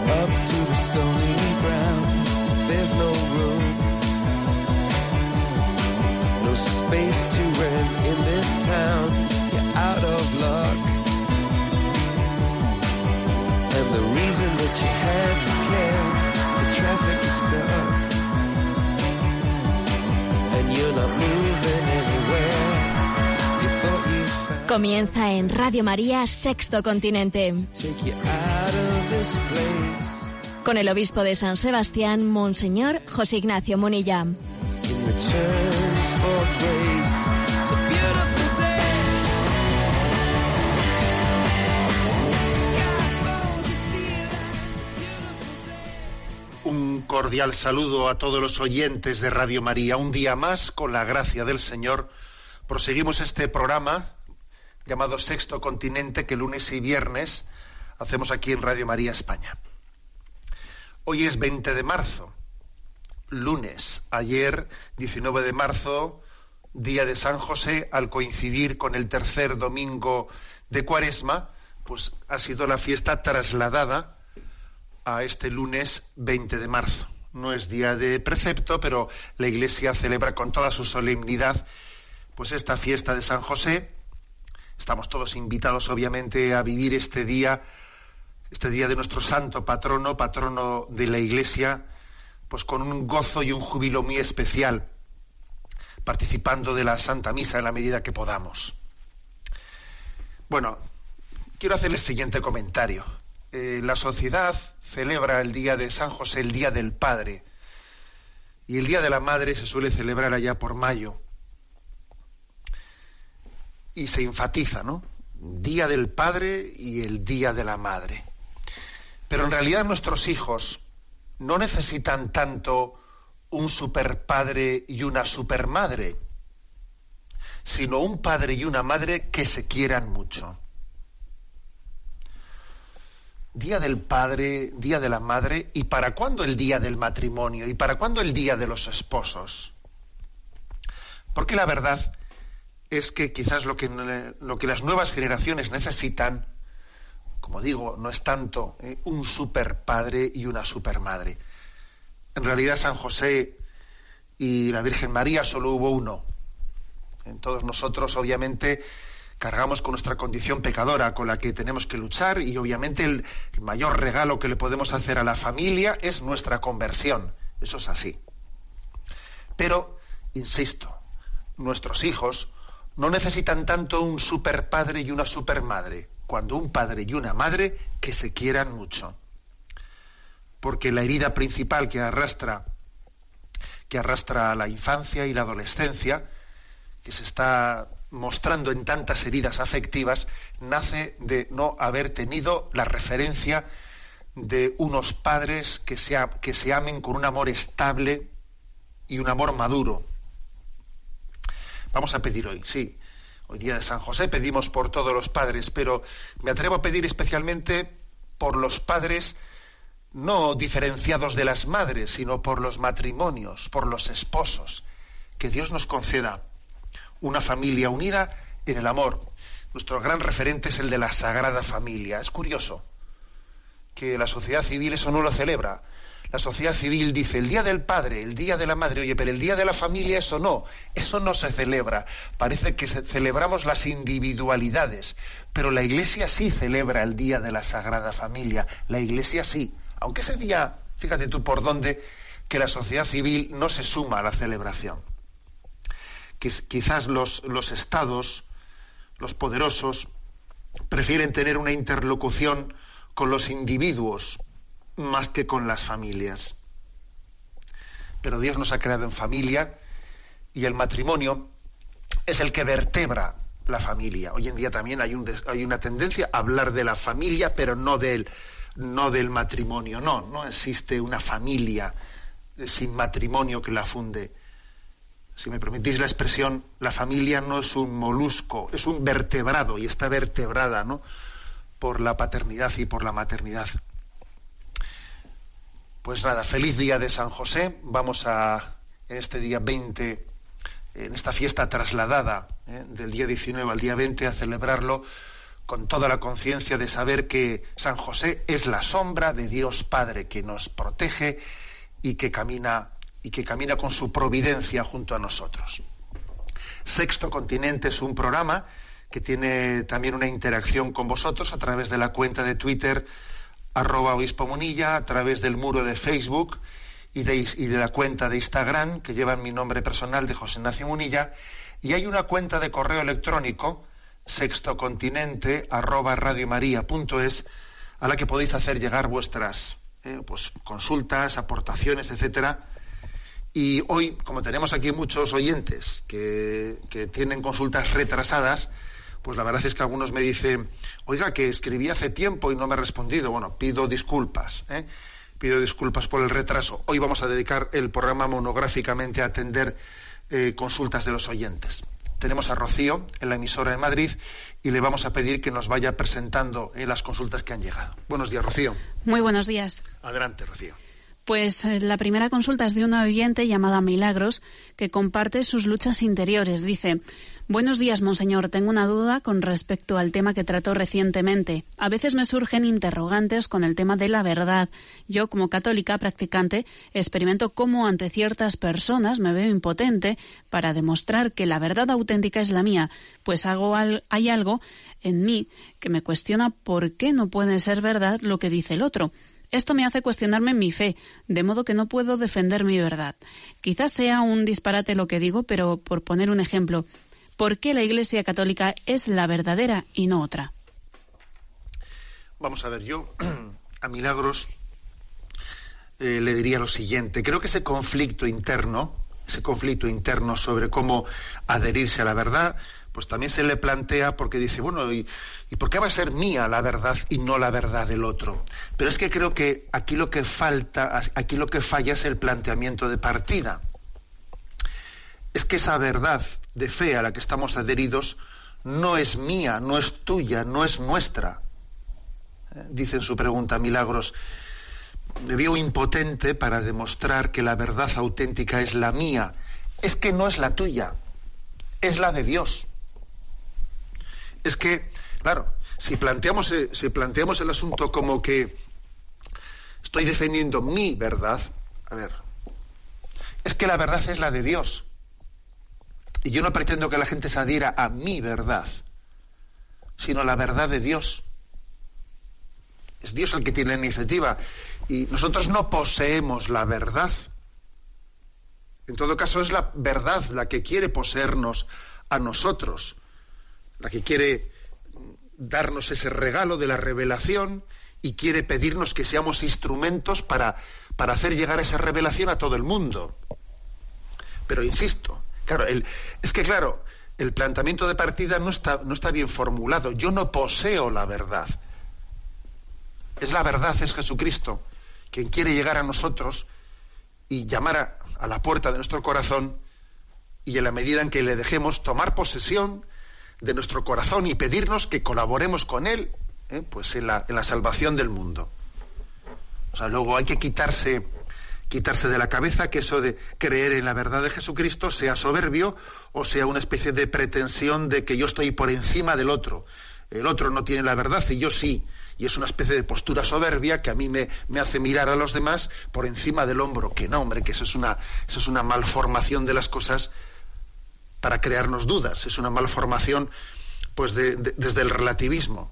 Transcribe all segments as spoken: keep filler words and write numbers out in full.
up through the stony ground. There's no room, no space to rent in this town. You're out of luck, and the reason that you had to care, the traffic is stuck, and you're not moving anywhere. You thought you found. Comienza en Radio María Sexto Continente. Take you out of this place. Con el obispo de San Sebastián, Monseñor José Ignacio Munilla. In return for grace, it's a beautiful day. Un cordial saludo a todos los oyentes de Radio María. Un día más, con la gracia del Señor, proseguimos este programa llamado Sexto Continente, que lunes y viernes hacemos aquí en Radio María España. Hoy es veinte de marzo, lunes. Ayer, diecinueve de marzo, día de San José, al coincidir con el tercer domingo de Cuaresma, pues ha sido la fiesta trasladada a este lunes veinte de marzo. No es día de precepto, pero la Iglesia celebra con toda su solemnidad pues esta fiesta de San José. Estamos todos invitados, obviamente, a vivir este día este día de nuestro santo patrono, patrono de la Iglesia, pues con un gozo y un júbilo muy especial, participando de la Santa Misa en la medida que podamos. Bueno, quiero hacer el siguiente comentario. Eh, la sociedad celebra el día de San José, el Día del Padre, y el Día de la Madre se suele celebrar allá por mayo, y se enfatiza, ¿no? Día del Padre y el Día de la Madre. Pero en realidad nuestros hijos no necesitan tanto un superpadre y una supermadre, sino un padre y una madre que se quieran mucho. Día del Padre, Día de la Madre, ¿y para cuándo el Día del Matrimonio? ¿Y para cuándo el Día de los Esposos? Porque la verdad es que quizás lo que, lo que las nuevas generaciones necesitan, como digo, no es tanto eh, un superpadre y una supermadre. En realidad San José y la Virgen María solo hubo uno. En todos nosotros, obviamente, cargamos con nuestra condición pecadora, con la que tenemos que luchar, y obviamente el, el mayor regalo que le podemos hacer a la familia es nuestra conversión. Eso es así. Pero, insisto, nuestros hijos no necesitan tanto un superpadre y una supermadre, cuando un padre y una madre que se quieran mucho. Porque la herida principal que arrastra, que arrastra la infancia y la adolescencia, que se está mostrando en tantas heridas afectivas, nace de no haber tenido la referencia de unos padres que se, que se amen con un amor estable y un amor maduro. Vamos a pedir hoy, sí. Hoy día de San José pedimos por todos los padres, pero me atrevo a pedir especialmente por los padres no diferenciados de las madres, sino por los matrimonios, por los esposos. Que Dios nos conceda una familia unida en el amor. Nuestro gran referente es el de la Sagrada Familia. Es curioso que la sociedad civil eso no lo celebra. La sociedad civil dice el Día del Padre, el Día de la Madre, oye, pero el Día de la Familia eso no, eso no se celebra. Parece que se, celebramos las individualidades, pero la Iglesia sí celebra el Día de la Sagrada Familia, la Iglesia sí, aunque ese día, fíjate tú por dónde, que la sociedad civil no se suma a la celebración. Que quizás los, los estados, los poderosos, prefieren tener una interlocución con los individuos más que con las familias. Pero Dios nos ha creado en familia y el matrimonio es el que vertebra la familia. Hoy en día también hay, un, hay una tendencia a hablar de la familia, pero no del, no del matrimonio. No, no existe una familia sin matrimonio que la funde. Si me permitís la expresión, la familia no es un molusco, es un vertebrado y está vertebrada, ¿no?, por la paternidad y por la maternidad. Pues nada, feliz día de San José. Vamos a, en este día veinte, en esta fiesta trasladada, ¿eh? del día diecinueve al día veinte, a celebrarlo con toda la conciencia de saber que San José es la sombra de Dios Padre, que nos protege y que camina, y que camina con su providencia junto a nosotros. Sexto Continente es un programa que tiene también una interacción con vosotros a través de la cuenta de Twitter, arroba obispo Munilla, a través del muro de Facebook y de, y de la cuenta de Instagram, que llevan mi nombre personal de José Ignacio Munilla, y hay una cuenta de correo electrónico, sextocontinente arroba radiomaria.es, a la que podéis hacer llegar vuestras eh, pues, consultas, aportaciones, etcétera. Y hoy, como tenemos aquí muchos oyentes que, que tienen consultas retrasadas, pues la verdad es que algunos me dicen, oiga, que escribí hace tiempo y no me ha respondido. Bueno, pido disculpas, ¿eh? pido disculpas por el retraso. Hoy vamos a dedicar el programa monográficamente a atender eh, consultas de los oyentes. Tenemos a Rocío en la emisora en Madrid y le vamos a pedir que nos vaya presentando eh, las consultas que han llegado. Buenos días, Rocío. Muy buenos días. Adelante, Rocío. Pues la primera consulta es de una oyente llamada Milagros, que comparte sus luchas interiores. Dice: buenos días, monseñor. Tengo una duda con respecto al tema que trató recientemente. A veces me surgen interrogantes con el tema de la verdad. Yo, como católica practicante, experimento cómo ante ciertas personas me veo impotente para demostrar que la verdad auténtica es la mía, pues hago al- hay algo en mí que me cuestiona por qué no puede ser verdad lo que dice el otro. Esto me hace cuestionarme mi fe, de modo que no puedo defender mi verdad. Quizás sea un disparate lo que digo, pero por poner un ejemplo, ¿por qué la Iglesia Católica es la verdadera y no otra? Vamos a ver, yo a Milagros eh, le diría lo siguiente. Creo que ese conflicto interno, ese conflicto interno sobre cómo adherirse a la verdad, pues también se le plantea porque dice, bueno, ¿y, ¿y por qué va a ser mía la verdad y no la verdad del otro? Pero es que creo que aquí lo que falta, aquí lo que falla es el planteamiento de partida. Es que esa verdad de fe a la que estamos adheridos no es mía, no es tuya, no es nuestra. ¿Eh? Dice en su pregunta Milagros, me veo impotente para demostrar que la verdad auténtica es la mía. Es que no es la tuya, es la de Dios. Es que, claro, si planteamos, si planteamos el asunto como que estoy defendiendo mi verdad, a ver, es que la verdad es la de Dios. Y yo no pretendo que la gente se adhiera a mi verdad, sino a la verdad de Dios. Es Dios el que tiene la iniciativa. Y nosotros no poseemos la verdad. En todo caso, es la verdad la que quiere poseernos a nosotros, la que quiere darnos ese regalo de la revelación y quiere pedirnos que seamos instrumentos para, para hacer llegar esa revelación a todo el mundo. Pero insisto, claro, el, es que claro, el planteamiento de partida no está, no está bien formulado. Yo no poseo la verdad. Es la verdad, es Jesucristo, quien quiere llegar a nosotros y llamar a, a la puerta de nuestro corazón, y en la medida en que le dejemos tomar posesión de nuestro corazón y pedirnos que colaboremos con él, ¿eh? pues en la, en la salvación del mundo. O sea, luego hay que quitarse, quitarse de la cabeza que eso de creer en la verdad de Jesucristo sea soberbio o sea una especie de pretensión de que yo estoy por encima del otro. El otro no tiene la verdad y yo sí. Y es una especie de postura soberbia que a mí me, me hace mirar a los demás por encima del hombro. Que no, hombre, que eso es una, eso es una malformación de las cosas para crearnos dudas. Es una malformación pues de, de, desde el relativismo.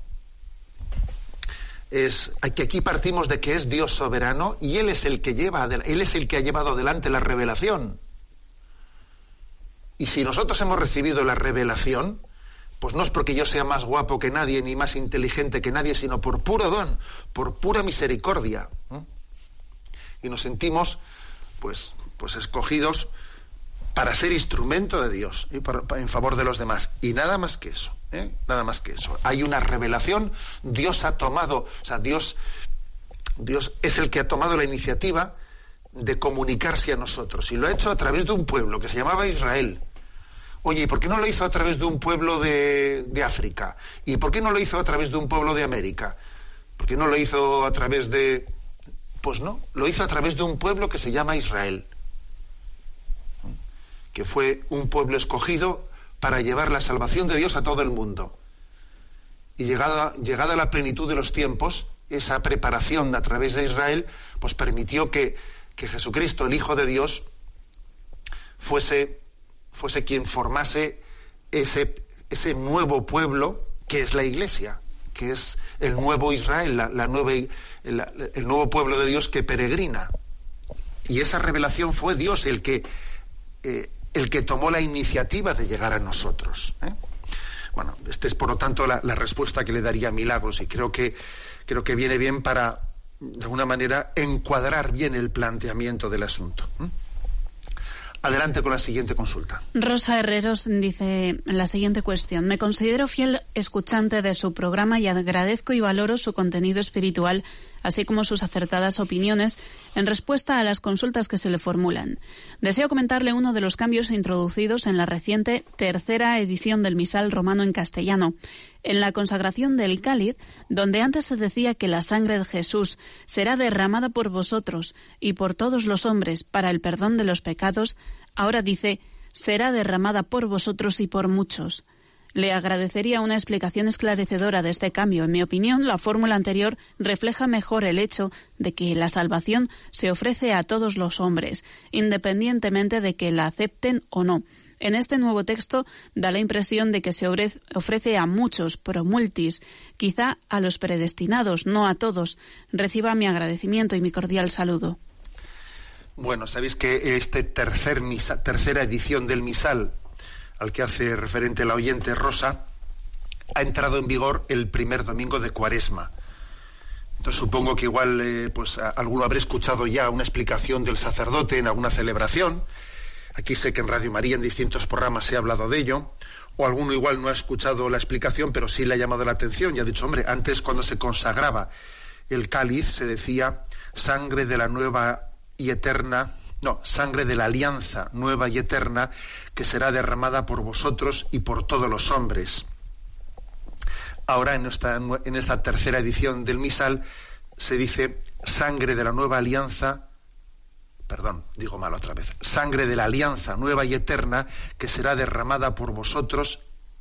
Es que aquí partimos de que es Dios soberano y Él es el que lleva, Él es el que ha llevado adelante la revelación. Y si nosotros hemos recibido la revelación, pues no es porque yo sea más guapo que nadie ni más inteligente que nadie, sino por puro don, por pura misericordia. ¿Eh? Y nos sentimos pues, pues escogidos para ser instrumento de Dios y por, en favor de los demás. Y nada más que eso, ¿eh? Nada más que eso. Hay una revelación, Dios ha tomado, o sea, Dios, Dios es el que ha tomado la iniciativa de comunicarse a nosotros. Y lo ha hecho a través de un pueblo que se llamaba Israel. Oye, ¿y por qué no lo hizo a través de un pueblo de, de África? ¿Y por qué no lo hizo a través de un pueblo de América? ¿Por qué no lo hizo a través de...? Pues no, lo hizo a través de un pueblo que se llama Israel, que fue un pueblo escogido para llevar la salvación de Dios a todo el mundo. Y llegada, llegada la plenitud de los tiempos, esa preparación a través de Israel, pues permitió que, que Jesucristo, el Hijo de Dios, fuese, fuese quien formase ese, ese nuevo pueblo que es la Iglesia, que es el nuevo Israel, la, la nueva, la, el nuevo pueblo de Dios que peregrina. Y esa revelación fue Dios el que, eh, el que tomó la iniciativa de llegar a nosotros. ¿eh? Bueno, esta es por lo tanto la, la respuesta que le daría a Milagros, y creo que, creo que viene bien para, de alguna manera, encuadrar bien el planteamiento del asunto. ¿eh? Adelante con la siguiente consulta. Rosa Herreros dice la siguiente cuestión. Me considero fiel escuchante de su programa y agradezco y valoro su contenido espiritual, así como sus acertadas opiniones en respuesta a las consultas que se le formulan. Deseo comentarle uno de los cambios introducidos en la reciente tercera edición del Misal Romano en castellano. En la consagración del cáliz, donde antes se decía que la sangre de Jesús será derramada por vosotros y por todos los hombres para el perdón de los pecados, ahora dice, será derramada por vosotros y por muchos. Le agradecería una explicación esclarecedora de este cambio. En mi opinión, la fórmula anterior refleja mejor el hecho de que la salvación se ofrece a todos los hombres, independientemente de que la acepten o no. En este nuevo texto da la impresión de que se ofrece a muchos, pro multis, quizá a los predestinados, no a todos. Reciba mi agradecimiento y mi cordial saludo. Bueno, sabéis que este tercer misa, tercera edición del Misal, al que hace referente la oyente Rosa, ha entrado en vigor el primer domingo de Cuaresma. Entonces supongo que igual eh, pues a, alguno habrá escuchado ya una explicación del sacerdote en alguna celebración. Aquí sé que en Radio María en distintos programas se ha hablado de ello, o alguno igual no ha escuchado la explicación, pero sí le ha llamado la atención y ha dicho, hombre, antes cuando se consagraba el cáliz se decía sangre de la nueva y eterna, no, sangre de la alianza nueva y eterna que será derramada por vosotros y por todos los hombres. Ahora en esta, en esta tercera edición del Misal se dice sangre de la nueva alianza, perdón, digo mal otra vez, sangre de la alianza nueva y eterna que será derramada por vosotros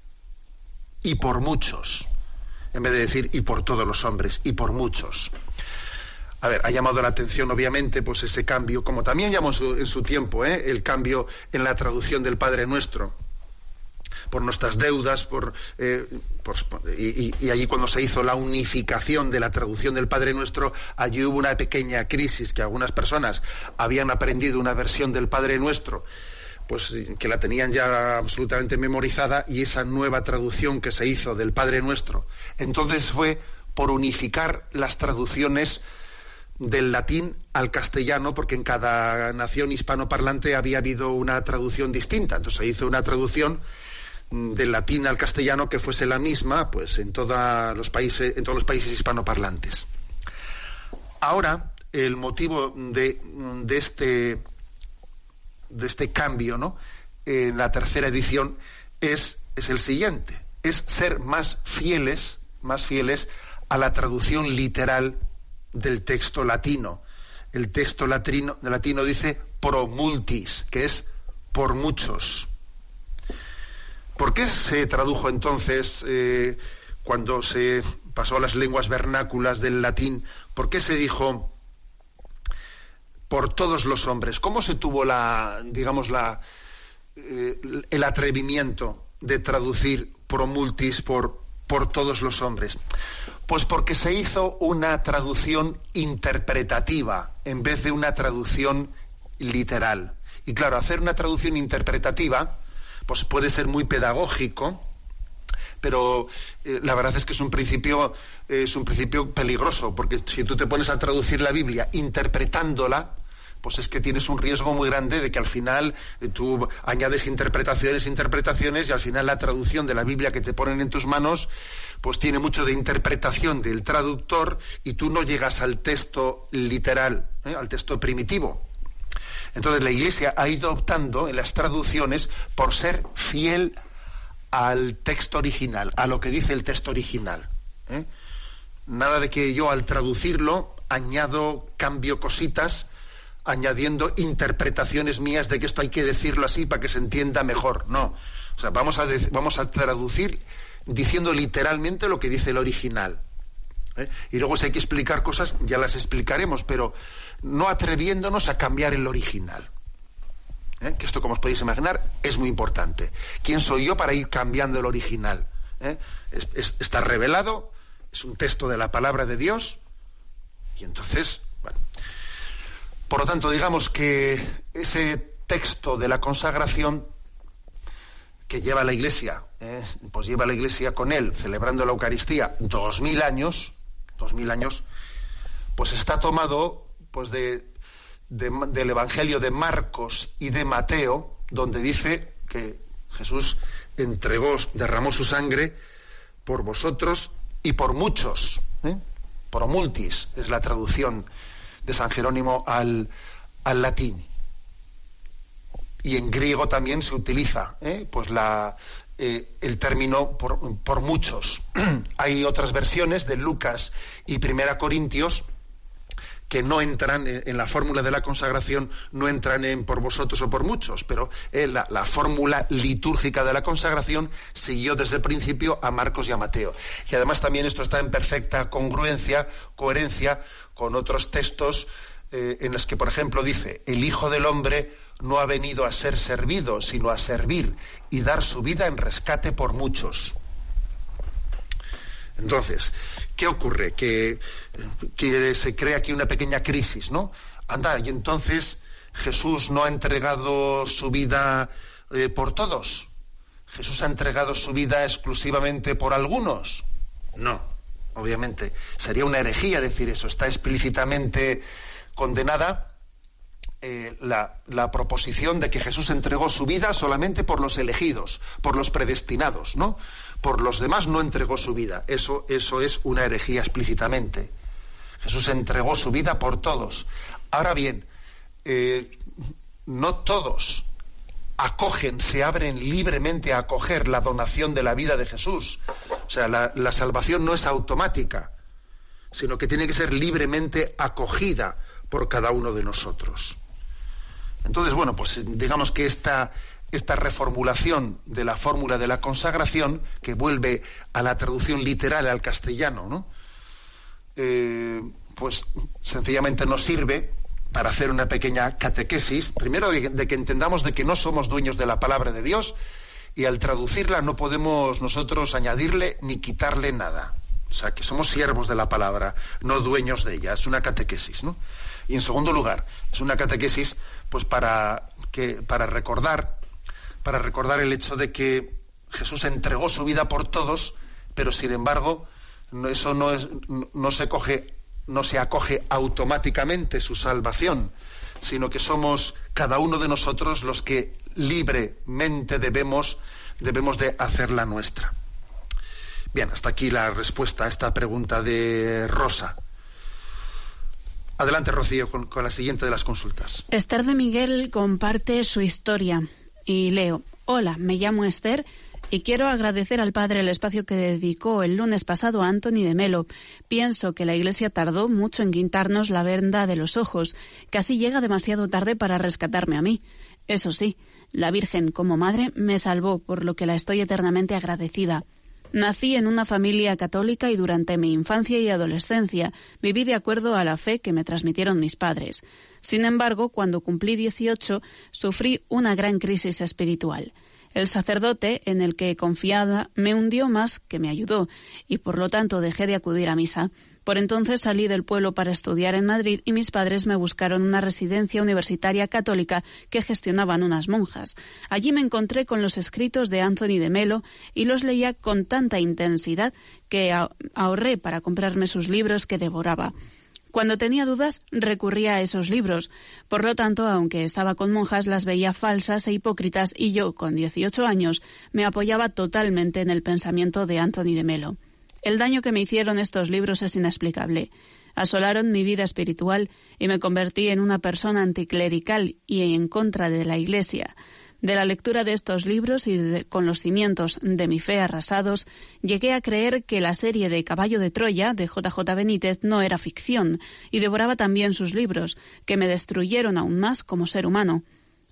y por muchos, en vez de decir y por todos los hombres, y por muchos. A ver, ha llamado la atención obviamente pues ese cambio, como también llamó en su, en su tiempo, ¿eh? el cambio en la traducción del Padre Nuestro, por nuestras deudas, por, eh, por y, y allí cuando se hizo la unificación de la traducción del Padre Nuestro, allí hubo una pequeña crisis, que algunas personas habían aprendido una versión del Padre Nuestro, pues que la tenían ya absolutamente memorizada, y esa nueva traducción que se hizo del Padre Nuestro, entonces fue por unificar las traducciones del latín al castellano, porque en cada nación hispanoparlante había habido una traducción distinta. Entonces se hizo una traducción del latín al castellano que fuese la misma, pues en todos los países, en todos los países hispanoparlantes. Ahora el motivo de, de este de este cambio, ¿no?, en la tercera edición es es el siguiente: es ser más fieles, más fieles a la traducción literal del texto latino. El texto latino, latino dice pro multis, que es por muchos. ¿Por qué se tradujo entonces, eh, cuando se pasó a las lenguas vernáculas del latín, por qué se dijo por todos los hombres? ¿Cómo se tuvo la, digamos, la, eh, el atrevimiento de traducir pro multis por, por todos los hombres? Pues porque se hizo una traducción interpretativa en vez de una traducción literal. Y claro, hacer una traducción interpretativa pues puede ser muy pedagógico, pero eh, la verdad es que es un principio eh, es un principio peligroso, porque si tú te pones a traducir la Biblia interpretándola, pues es que tienes un riesgo muy grande de que al final eh, tú añades interpretaciones, interpretaciones, y al final la traducción de la Biblia que te ponen en tus manos pues tiene mucho de interpretación del traductor, y tú no llegas al texto literal, ¿eh? al texto primitivo. Entonces la Iglesia ha ido optando en las traducciones por ser fiel al texto original, a lo que dice el texto original. ¿eh? Nada de que yo al traducirlo añado, cambio cositas, añadiendo interpretaciones mías de que esto hay que decirlo así para que se entienda mejor. No, o sea, vamos a, de- vamos a traducir diciendo literalmente lo que dice el original. ¿Eh? Y luego si hay que explicar cosas, ya las explicaremos, pero no atreviéndonos a cambiar el original. ¿Eh? Que esto, como os podéis imaginar, es muy importante. ¿Quién soy yo para ir cambiando el original? ¿Eh? Es, es, está revelado, es un texto de la palabra de Dios, y entonces, bueno. Por lo tanto, digamos que ese texto de la consagración que lleva la Iglesia, ¿eh? pues lleva la Iglesia con él, celebrando la Eucaristía, dos mil años, dos mil años, pues está tomado pues de, de, del Evangelio de Marcos y de Mateo, donde dice que Jesús entregó, derramó su sangre por vosotros y por muchos, ¿eh? Pro multis es la traducción de San Jerónimo al, al latín. Y en griego también se utiliza ¿eh? pues la, eh, el término por, por muchos. Hay otras versiones de Lucas y Primera Corintios que no entran en, en la fórmula de la consagración, no entran en por vosotros o por muchos, pero eh, la, la fórmula litúrgica de la consagración siguió desde el principio a Marcos y a Mateo. Y además también esto está en perfecta congruencia, coherencia con otros textos eh, en los que, por ejemplo, dice: el Hijo del Hombre no ha venido a ser servido, sino a servir y dar su vida en rescate por muchos. Entonces, ¿qué ocurre? Que, que se crea aquí una pequeña crisis, ¿no? Anda, y entonces Jesús no ha entregado su vida eh, por todos. ¿Jesús ha entregado su vida exclusivamente por algunos? No, obviamente. Sería una herejía decir eso. Está explícitamente condenada eh, la, la proposición de que Jesús entregó su vida solamente por los elegidos, por los predestinados, ¿no? Por los demás no entregó su vida. Eso, eso es una herejía explícitamente. Jesús entregó su vida por todos. Ahora bien, eh, no todos acogen, se abren libremente a acoger la donación de la vida de Jesús. O sea, la, la salvación no es automática, sino que tiene que ser libremente acogida por cada uno de nosotros. Entonces, bueno, pues digamos que esta... esta reformulación de la fórmula de la consagración, que vuelve a la traducción literal al castellano, ¿no? Eh, pues sencillamente nos sirve para hacer una pequeña catequesis, primero de, de que entendamos de que no somos dueños de la palabra de Dios, y al traducirla no podemos nosotros añadirle ni quitarle nada. O sea, que somos siervos de la palabra, no dueños de ella. Es una catequesis, ¿no? Y en segundo lugar, es una catequesis pues para, que, para recordar para recordar el hecho de que Jesús entregó su vida por todos, pero sin embargo no, eso no es, no se coge, no se acoge automáticamente su salvación, sino que somos cada uno de nosotros los que libremente debemos, debemos de hacerla nuestra. Bien, hasta aquí la respuesta a esta pregunta de Rosa. Adelante, Rocío, con, con la siguiente de las consultas. Esther de Miguel comparte su historia. Y leo: hola, me llamo Esther y quiero agradecer al Padre el espacio que dedicó el lunes pasado a Antoni de Melo. Pienso que la Iglesia tardó mucho en quitarnos la venda de los ojos. Casi llega demasiado tarde para rescatarme a mí. Eso sí, la Virgen como madre me salvó, por lo que la estoy eternamente agradecida. Nací en una familia católica y durante mi infancia y adolescencia viví de acuerdo a la fe que me transmitieron mis padres. Sin embargo, cuando cumplí dieciocho, sufrí una gran crisis espiritual. El sacerdote en el que confiaba me hundió más que me ayudó, y por lo tanto dejé de acudir a misa. Por entonces salí del pueblo para estudiar en Madrid y mis padres me buscaron una residencia universitaria católica que gestionaban unas monjas. Allí me encontré con los escritos de Antoni de Melo y los leía con tanta intensidad que ahorré para comprarme sus libros que devoraba. Cuando tenía dudas, recurría a esos libros. Por lo tanto, aunque estaba con monjas, las veía falsas e hipócritas y yo, con dieciocho años, me apoyaba totalmente en el pensamiento de Antoni de Melo. El daño que me hicieron estos libros es inexplicable. Asolaron mi vida espiritual y me convertí en una persona anticlerical y en contra de la Iglesia. De la lectura de estos libros y de, con los cimientos de mi fe arrasados, llegué a creer que la serie de Caballo de Troya de J J Benítez no era ficción, y devoraba también sus libros, que me destruyeron aún más como ser humano.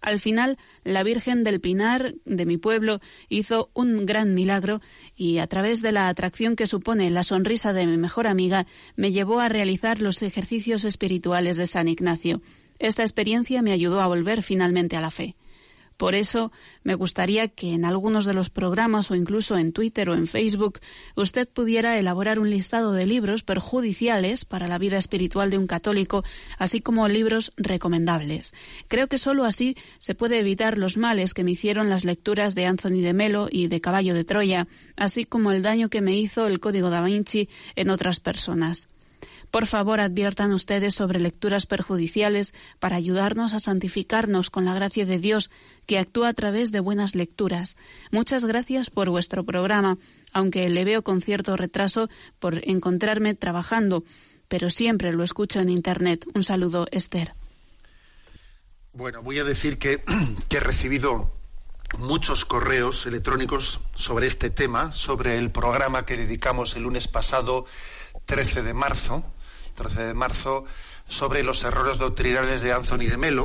Al final, la Virgen del Pinar de mi pueblo hizo un gran milagro y, a través de la atracción que supone la sonrisa de mi mejor amiga, me llevó a realizar los ejercicios espirituales de San Ignacio. Esta experiencia me ayudó a volver finalmente a la fe. Por eso, me gustaría que en algunos de los programas o incluso en Twitter o en Facebook usted pudiera elaborar un listado de libros perjudiciales para la vida espiritual de un católico, así como libros recomendables. Creo que sólo así se puede evitar los males que me hicieron las lecturas de Anthony de Melo y de Caballo de Troya, así como el daño que me hizo el Código da Vinci en otras personas. Por favor, adviertan ustedes sobre lecturas perjudiciales para ayudarnos a santificarnos con la gracia de Dios que actúa a través de buenas lecturas. Muchas gracias por vuestro programa, aunque le veo con cierto retraso por encontrarme trabajando, pero siempre lo escucho en Internet. Un saludo, Esther. Bueno, voy a decir que, que he recibido muchos correos electrónicos sobre este tema, sobre el programa que dedicamos el lunes pasado, trece de marzo, trece de marzo, sobre los errores doctrinales de Anthony de Melo,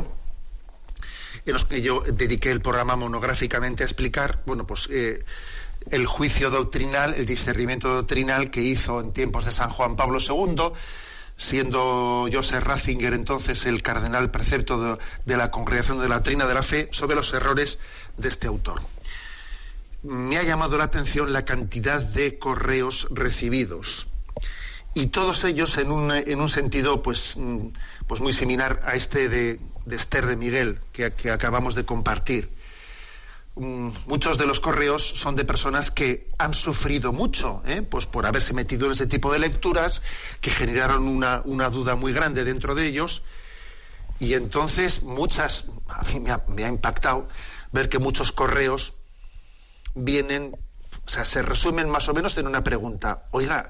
en los que yo dediqué el programa monográficamente a explicar, bueno, pues eh, el juicio doctrinal, el discernimiento doctrinal que hizo en tiempos de San Juan Pablo segundo, siendo Joseph Ratzinger entonces el cardenal precepto de, de la Congregación de la Doctrina de la Fe, sobre los errores de este autor. Me ha llamado la atención la cantidad de correos recibidos, y todos ellos en un, en un sentido pues, pues muy similar a este de, de Esther de Miguel que, que acabamos de compartir. Muchos de los correos son de personas que han sufrido mucho, ¿eh? pues por haberse metido en ese tipo de lecturas, que generaron una, una duda muy grande dentro de ellos, y entonces muchas, a mí me ha, me ha impactado ver que muchos correos vienen, o sea, se resumen más o menos en una pregunta: oiga,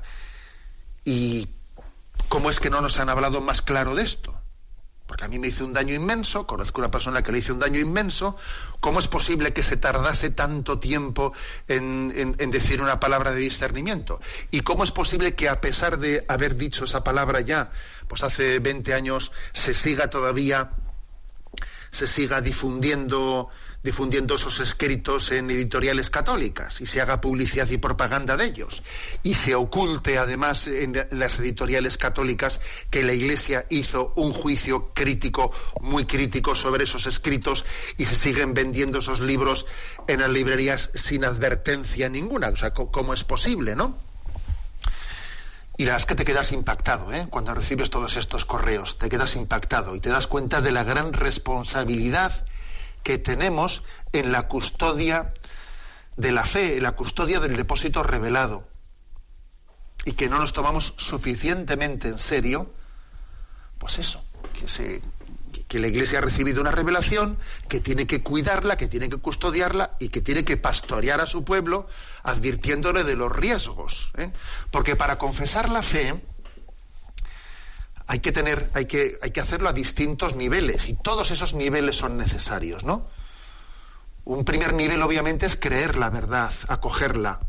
¿y cómo es que no nos han hablado más claro de esto? Porque a mí me hizo un daño inmenso, conozco una persona que le hizo un daño inmenso. ¿Cómo es posible que se tardase tanto tiempo en, en, en decir una palabra de discernimiento? ¿Y cómo es posible que, a pesar de haber dicho esa palabra ya, pues hace veinte años, se siga todavía, se siga difundiendo, difundiendo esos escritos en editoriales católicas y se haga publicidad y propaganda de ellos, y se oculte además en las editoriales católicas que la Iglesia hizo un juicio crítico, muy crítico, sobre esos escritos, y se siguen vendiendo esos libros en las librerías sin advertencia ninguna? O sea, ¿cómo es posible, no? Y la verdad es que te quedas impactado, ¿eh? Cuando recibes todos estos correos, te quedas impactado y te das cuenta de la gran responsabilidad que tenemos en la custodia de la fe, en la custodia del depósito revelado, y que no nos tomamos suficientemente en serio, pues eso, que, se, que la Iglesia ha recibido una revelación, que tiene que cuidarla, que tiene que custodiarla y que tiene que pastorear a su pueblo, advirtiéndole de los riesgos, ¿eh? Porque para confesar la fe Hay que tener, hay que, hay que hacerlo a distintos niveles, y todos esos niveles son necesarios, ¿no? Un primer nivel, obviamente, es creer la verdad, acogerla,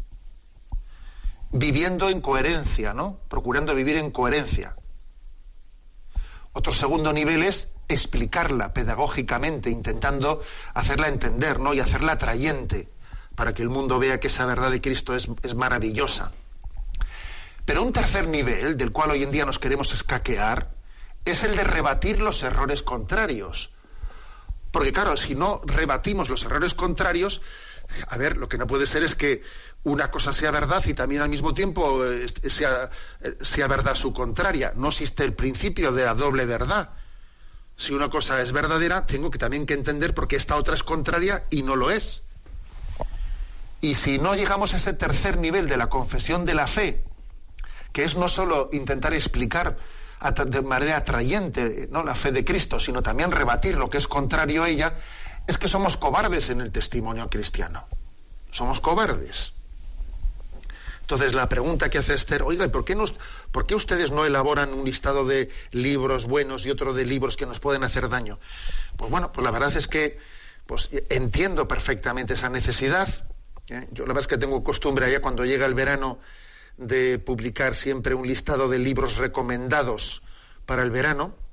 viviendo en coherencia, ¿no? Procurando vivir en coherencia. Otro segundo nivel es explicarla pedagógicamente, intentando hacerla entender, ¿no? Y hacerla atrayente, para que el mundo vea que esa verdad de Cristo es, es maravillosa. Pero un tercer nivel, del cual hoy en día nos queremos escaquear, es el de rebatir los errores contrarios. Porque claro, si no rebatimos los errores contrarios, a ver, lo que no puede ser es que una cosa sea verdad y también al mismo tiempo sea, sea verdad su contraria. No existe el principio de la doble verdad. Si una cosa es verdadera, tengo que también que entender por qué esta otra es contraria y no lo es. Y si no llegamos a ese tercer nivel de la confesión de la fe, que es no solo intentar explicar de manera atrayente, ¿no?, la fe de Cristo, sino también rebatir lo que es contrario a ella, es que somos cobardes en el testimonio cristiano. Somos cobardes. Entonces la pregunta que hace Esther: oiga, ¿y por qué, nos, por qué ustedes no elaboran un listado de libros buenos y otro de libros que nos pueden hacer daño? Pues bueno, pues la verdad es que pues, entiendo perfectamente esa necesidad, ¿eh? Yo la verdad es que tengo costumbre allá cuando llega el verano de publicar siempre un listado de libros recomendados para el verano.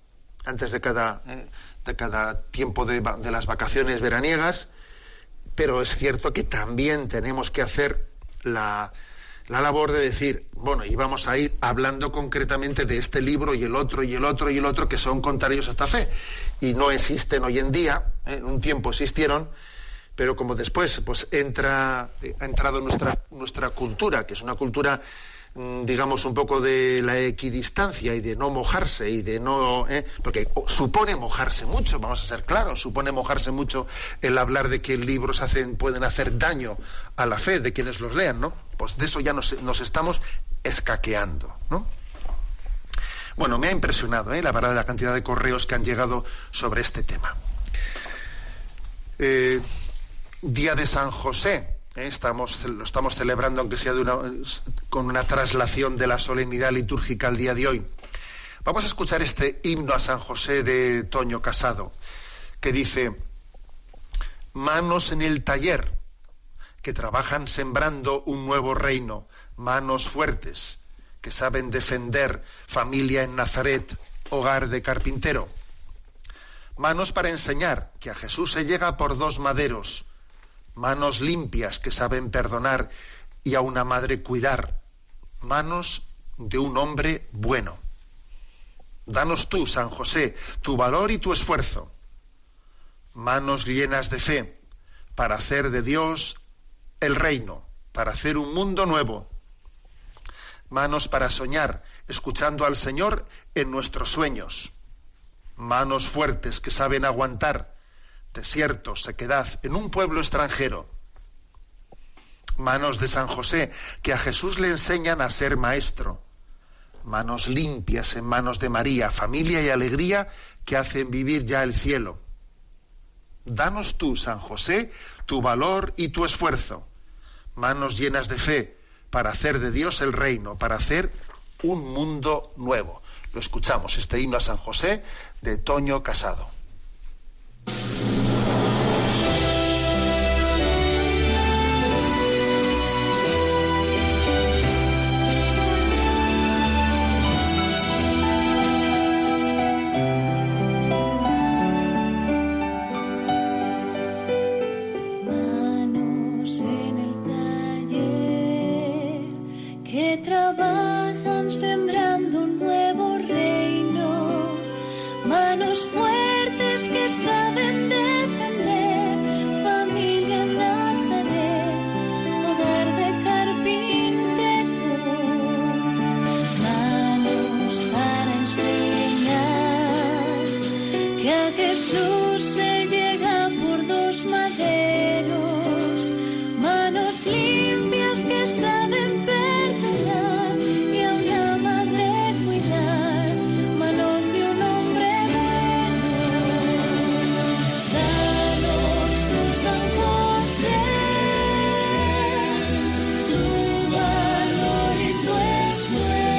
antes de cada, eh, de cada tiempo de, de las vacaciones veraniegas, pero es cierto que también tenemos que hacer la, la labor de decir, bueno, y vamos a ir hablando concretamente de este libro y el otro y el otro y el otro que son contrarios a esta fe. Y no existen hoy en día, ¿eh? En un tiempo existieron, pero como después pues entra, ha entrado nuestra, nuestra cultura, que es una cultura, digamos, un poco de la equidistancia y de no mojarse y de no... ¿eh? Porque supone mojarse mucho, vamos a ser claros, supone mojarse mucho el hablar de que libros hacen, pueden hacer daño a la fe de quienes los lean, ¿no? Pues de eso ya nos, nos estamos escaqueando, ¿no? Bueno, me ha impresionado, ¿eh? la verdad, la cantidad de correos que han llegado sobre este tema. Eh, Día de San José. Estamos, lo estamos celebrando, aunque sea de una, con una traslación de la solemnidad litúrgica al día de hoy. Vamos a escuchar este himno a San José de Toño Casado, que dice: manos en el taller, que trabajan sembrando un nuevo reino, manos fuertes, que saben defender familia en Nazaret, hogar de carpintero. Manos para enseñar que a Jesús se llega por dos maderos, manos limpias que saben perdonar y a una madre cuidar, manos de un hombre bueno. Danos tú, San José, tu valor y tu esfuerzo, manos llenas de fe, para hacer de Dios el reino, para hacer un mundo nuevo, manos para soñar, escuchando al Señor en nuestros sueños, manos fuertes que saben aguantar desierto, sequedad, en un pueblo extranjero. Manos de San José, que a Jesús le enseñan a ser maestro. Manos limpias en manos de María, familia y alegría que hacen vivir ya el cielo. Danos tú, San José, tu valor y tu esfuerzo. Manos llenas de fe, para hacer de Dios el reino, para hacer un mundo nuevo. Lo escuchamos, este himno a San José de Toño Casado.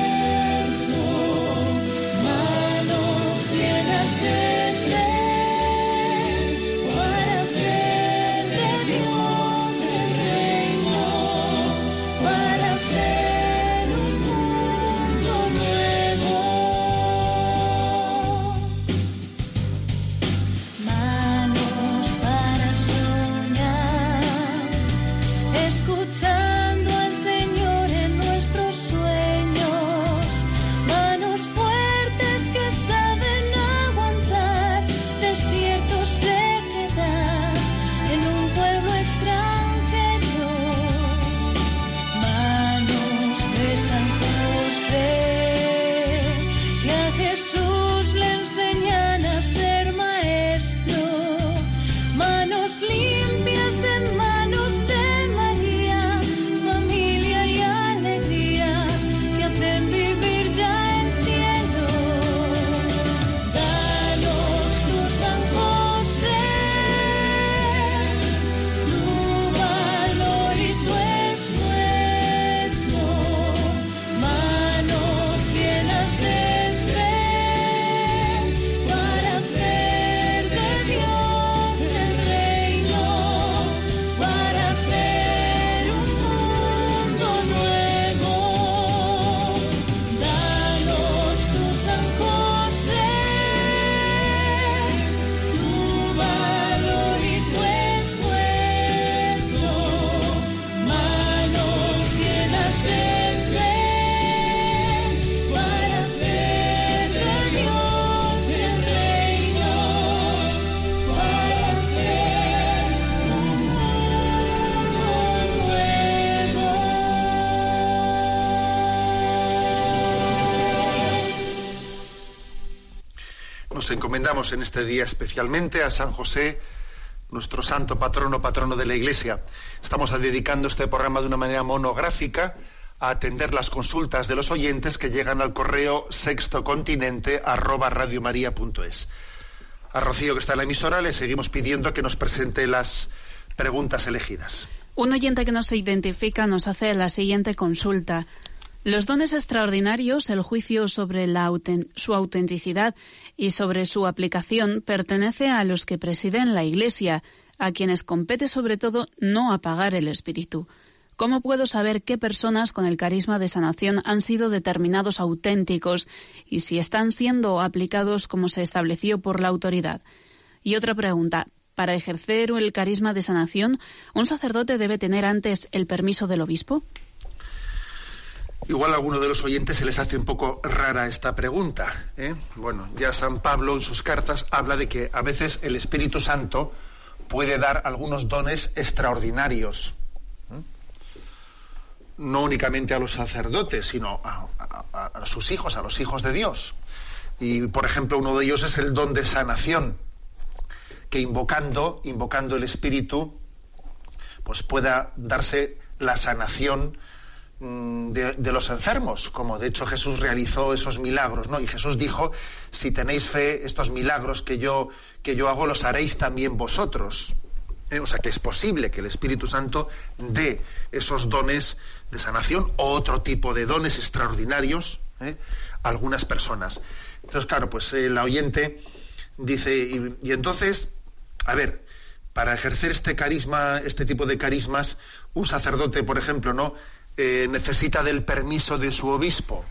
Manos llenas de fe. Nos encomendamos en este día especialmente a San José, nuestro santo patrono, patrono de la Iglesia. Estamos dedicando este programa de una manera monográfica a atender las consultas de los oyentes que llegan al correo sextocontinente arroba radiomaria punto es. A Rocío, que está en la emisora, le seguimos pidiendo que nos presente las preguntas elegidas. Un oyente que nos identifica nos hace la siguiente consulta. Los dones extraordinarios, el juicio sobre la auten- su autenticidad y sobre su aplicación pertenece a los que presiden la Iglesia, a quienes compete sobre todo no apagar el espíritu. ¿Cómo puedo saber qué personas con el carisma de sanación han sido determinados auténticos y si están siendo aplicados como se estableció por la autoridad? Y otra pregunta. ¿Para ejercer el carisma de sanación, un sacerdote debe tener antes el permiso del obispo? Igual a alguno de los oyentes se les hace un poco rara esta pregunta, ¿eh? Bueno, ya San Pablo en sus cartas habla de que a veces el Espíritu Santo puede dar algunos dones extraordinarios, ¿eh? No únicamente a los sacerdotes, sino a, a, a sus hijos, a los hijos de Dios. Y, por ejemplo, uno de ellos es el don de sanación, que invocando, invocando el Espíritu, pues pueda darse la sanación De, de los enfermos, como de hecho Jesús realizó esos milagros, ¿no? Y Jesús dijo: si tenéis fe, estos milagros que yo, que yo hago los haréis también vosotros. ¿Eh? O sea que es posible que el Espíritu Santo dé esos dones de sanación o otro tipo de dones extraordinarios, ¿eh? a algunas personas. Entonces, claro, pues eh, la oyente dice, y, y entonces, a ver, para ejercer este carisma, este tipo de carismas, un sacerdote, por ejemplo, ¿no? Eh, necesita del permiso de su obispo.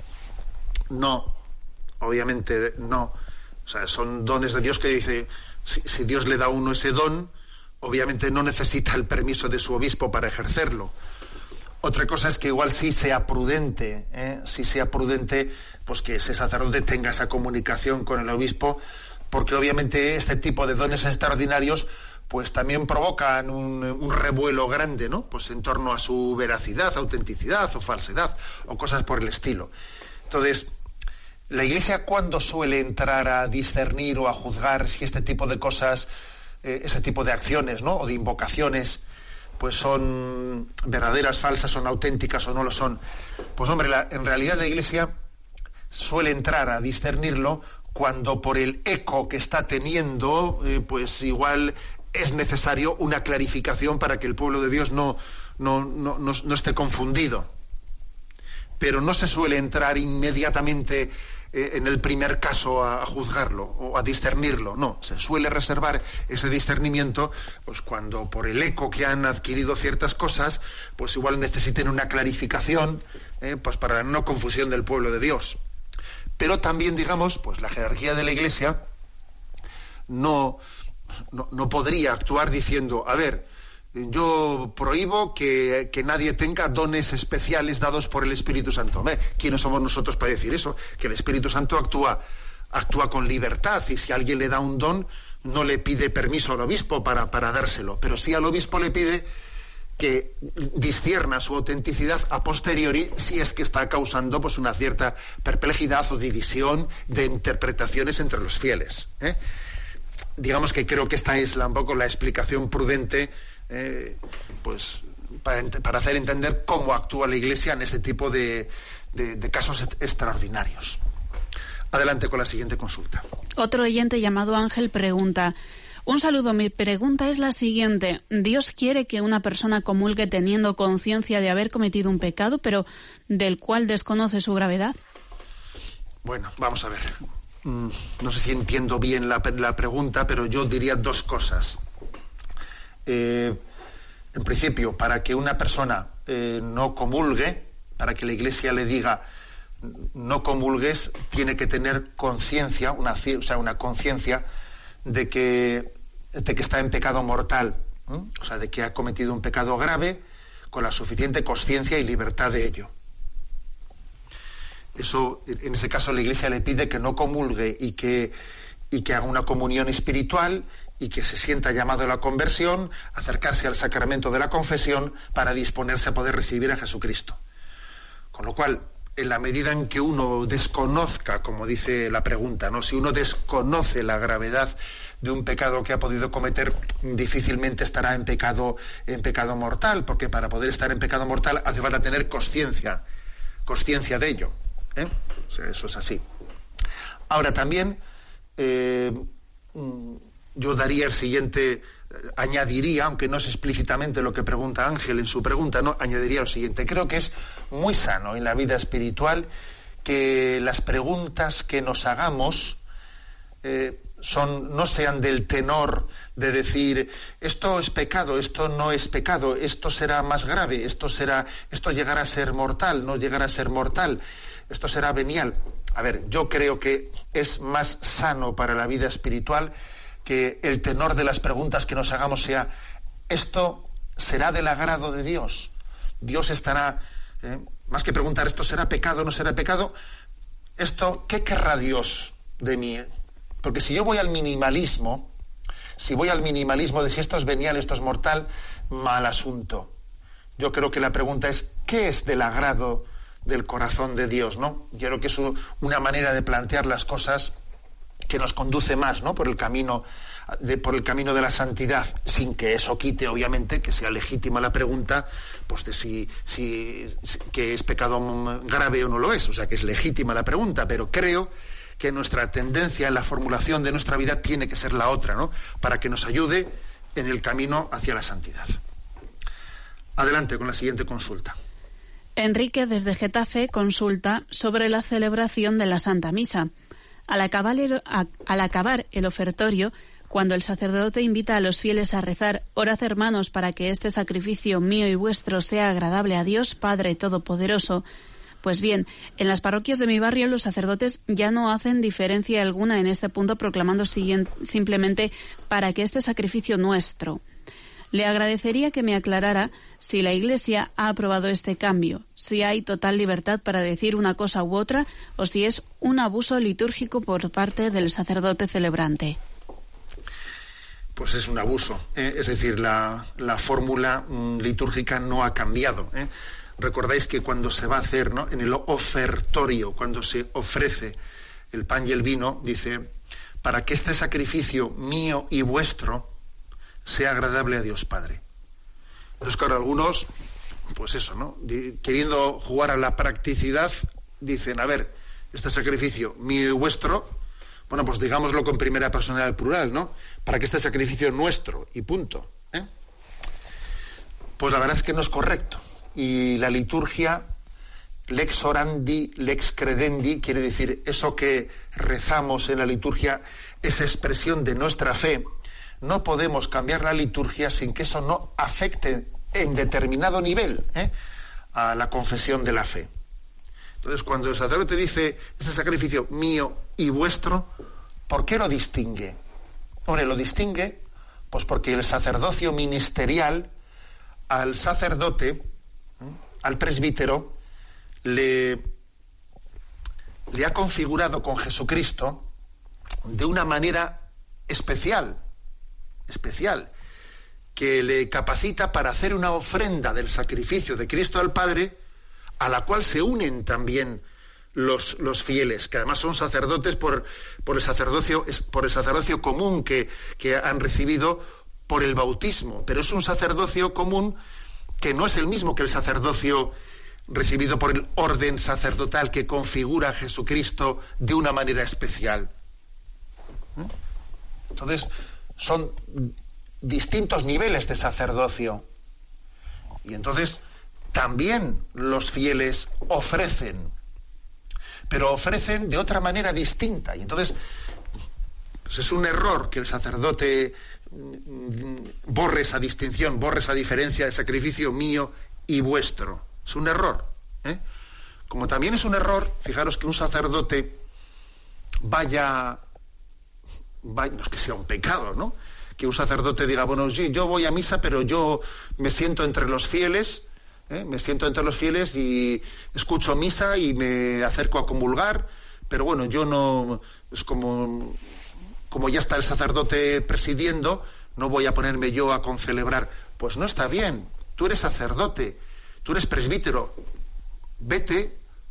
No, obviamente no. O sea, son dones de Dios que dice, si, si Dios le da a uno ese don, obviamente no necesita el permiso de su obispo para ejercerlo. Otra cosa es que igual sí sea prudente, ¿eh? sí sea prudente, pues que ese sacerdote tenga esa comunicación con el obispo, porque obviamente este tipo de dones extraordinarios pues también provocan un, un revuelo grande, ¿no? Pues en torno a su veracidad, autenticidad o falsedad, o cosas por el estilo. Entonces, ¿la Iglesia cuándo suele entrar a discernir o a juzgar si este tipo de cosas, eh, ese tipo de acciones, ¿no? o de invocaciones, pues son verdaderas, falsas, son auténticas o no lo son? Pues hombre, la, en realidad la Iglesia suele entrar a discernirlo cuando por el eco que está teniendo, eh, pues igual es necesario una clarificación para que el pueblo de Dios no, no, no, no, no esté confundido. Pero no se suele entrar inmediatamente eh, en el primer caso a, a juzgarlo o a discernirlo, no. Se suele reservar ese discernimiento pues cuando por el eco que han adquirido ciertas cosas, pues igual necesiten una clarificación, eh, pues para la no confusión del pueblo de Dios. Pero también, digamos, pues la jerarquía de la Iglesia no... No, no podría actuar diciendo, a ver, yo prohíbo que, que nadie tenga dones especiales dados por el Espíritu Santo. Hombre, ¿quiénes somos nosotros para decir eso? Que el Espíritu Santo actúa, actúa con libertad, y si alguien le da un don, no le pide permiso al obispo para, para dárselo, pero sí al obispo le pide que discierna su autenticidad a posteriori si es que está causando pues una cierta perplejidad o división de interpretaciones entre los fieles, ¿eh? Digamos que creo que esta es la, un poco la explicación prudente, eh, pues para, para hacer entender cómo actúa la Iglesia en este tipo de, de, de casos extraordinarios. Adelante con la siguiente consulta. Otro oyente llamado Ángel pregunta: un saludo, mi pregunta es la siguiente. ¿Dios quiere que una persona comulgue teniendo conciencia de haber cometido un pecado, pero del cual desconoce su gravedad? Bueno, vamos a ver. No sé si entiendo bien la, la pregunta, pero yo diría dos cosas. Eh, en principio, para que una persona eh, no comulgue, para que la Iglesia le diga no comulgues, tiene que tener conciencia, una, o sea, una conciencia de que, de que está en pecado mortal, ¿eh? O sea, de que ha cometido un pecado grave con la suficiente consciencia y libertad de ello. Eso, en ese caso, la Iglesia le pide que no comulgue y que, y que haga una comunión espiritual y que se sienta llamado a la conversión, acercarse al sacramento de la confesión para disponerse a poder recibir a Jesucristo. Con lo cual, en la medida en que uno desconozca, como dice la pregunta, ¿no? Si uno desconoce la gravedad de un pecado que ha podido cometer, difícilmente estará en pecado, en pecado mortal, porque para poder estar en pecado mortal hace falta tener consciencia, consciencia de ello, ¿eh? O sea, eso es así. Ahora también eh, yo daría el siguiente, añadiría, aunque no es explícitamente lo que pregunta Ángel en su pregunta, no, añadiría lo siguiente. Creo que es muy sano en la vida espiritual que las preguntas que nos hagamos eh, son, no sean del tenor de decir esto es pecado, esto no es pecado, esto será más grave, esto será, esto llegará a ser mortal, no llegará a ser mortal, esto será venial. A ver, yo creo que es más sano para la vida espiritual que el tenor de las preguntas que nos hagamos sea esto será del agrado de Dios. Dios estará, eh, más que preguntar esto será pecado o no será pecado, esto, ¿qué querrá Dios de mí? Porque si yo voy al minimalismo, si voy al minimalismo de si esto es venial, esto es mortal, mal asunto. Yo creo que la pregunta es, ¿qué es del agrado del corazón de Dios, ¿no? Yo creo que es una manera de plantear las cosas que nos conduce más, ¿no? Por el camino de, por el camino de la santidad, sin que eso quite, obviamente, que sea legítima la pregunta, pues de si, si, si que es pecado grave o no lo es, o sea, que es legítima la pregunta, pero creo que nuestra tendencia en la formulación de nuestra vida tiene que ser la otra, ¿no? Para que nos ayude en el camino hacia la santidad. Adelante con la siguiente consulta. Enrique desde Getafe consulta sobre la celebración de la Santa Misa. Al acabar, el, a, al acabar el ofertorio, cuando el sacerdote invita a los fieles a rezar, orad hermanos para que este sacrificio mío y vuestro sea agradable a Dios Padre Todopoderoso. Pues bien, en las parroquias de mi barrio los sacerdotes ya no hacen diferencia alguna en este punto, proclamando siguiente, simplemente para que este sacrificio nuestro. Le agradecería que me aclarara si la Iglesia ha aprobado este cambio, si hay total libertad para decir una cosa u otra o si es un abuso litúrgico por parte del sacerdote celebrante. Pues es un abuso, ¿eh? Es decir, la, la fórmula mm, litúrgica no ha cambiado, ¿eh? Recordáis que cuando se va a hacer, ¿no?, en el ofertorio, cuando se ofrece el pan y el vino, dice, para que este sacrificio mío y vuestro sea agradable a Dios Padre. Entonces, claro, algunos, pues eso, ¿no?, queriendo jugar a la practicidad, dicen, a ver, este sacrificio mío y vuestro, bueno, pues digámoslo con primera persona del plural, ¿no?, para que este sacrificio nuestro, y punto, ¿eh? Pues la verdad es que no es correcto. Y la liturgia, lex orandi, lex credendi, quiere decir, eso que rezamos en la liturgia, esa expresión de nuestra fe. No podemos cambiar la liturgia sin que eso no afecte en determinado nivel, ¿eh?, a la confesión de la fe. Entonces, cuando el sacerdote dice, este sacrificio mío y vuestro, ¿por qué lo distingue? Hombre, lo distingue pues porque el sacerdocio ministerial al sacerdote, ¿eh?, al presbítero, le, le ha configurado con Jesucristo de una manera especial, especial, que le capacita para hacer una ofrenda del sacrificio de Cristo al Padre, a la cual se unen también los, los fieles, que además son sacerdotes por, por, el, sacerdocio, por el sacerdocio común que, que han recibido por el bautismo, pero es un sacerdocio común que no es el mismo que el sacerdocio recibido por el orden sacerdotal que configura a Jesucristo de una manera especial. Entonces, son distintos niveles de sacerdocio. Y entonces, también los fieles ofrecen, pero ofrecen de otra manera distinta. Y entonces, pues es un error que el sacerdote borre esa distinción, borre esa diferencia de sacrificio mío y vuestro. Es un error, ¿eh? Como también es un error, fijaros, que un sacerdote vaya, vaya, no es que sea un pecado, ¿no?, que un sacerdote diga, bueno, sí, yo voy a misa, pero yo me siento entre los fieles, ¿eh? me siento entre los fieles y escucho misa y me acerco a comulgar, pero bueno, yo no, es como... como ya está el sacerdote presidiendo, no voy a ponerme yo a concelebrar. Pues no está bien. Tú eres sacerdote, tú eres presbítero. Vete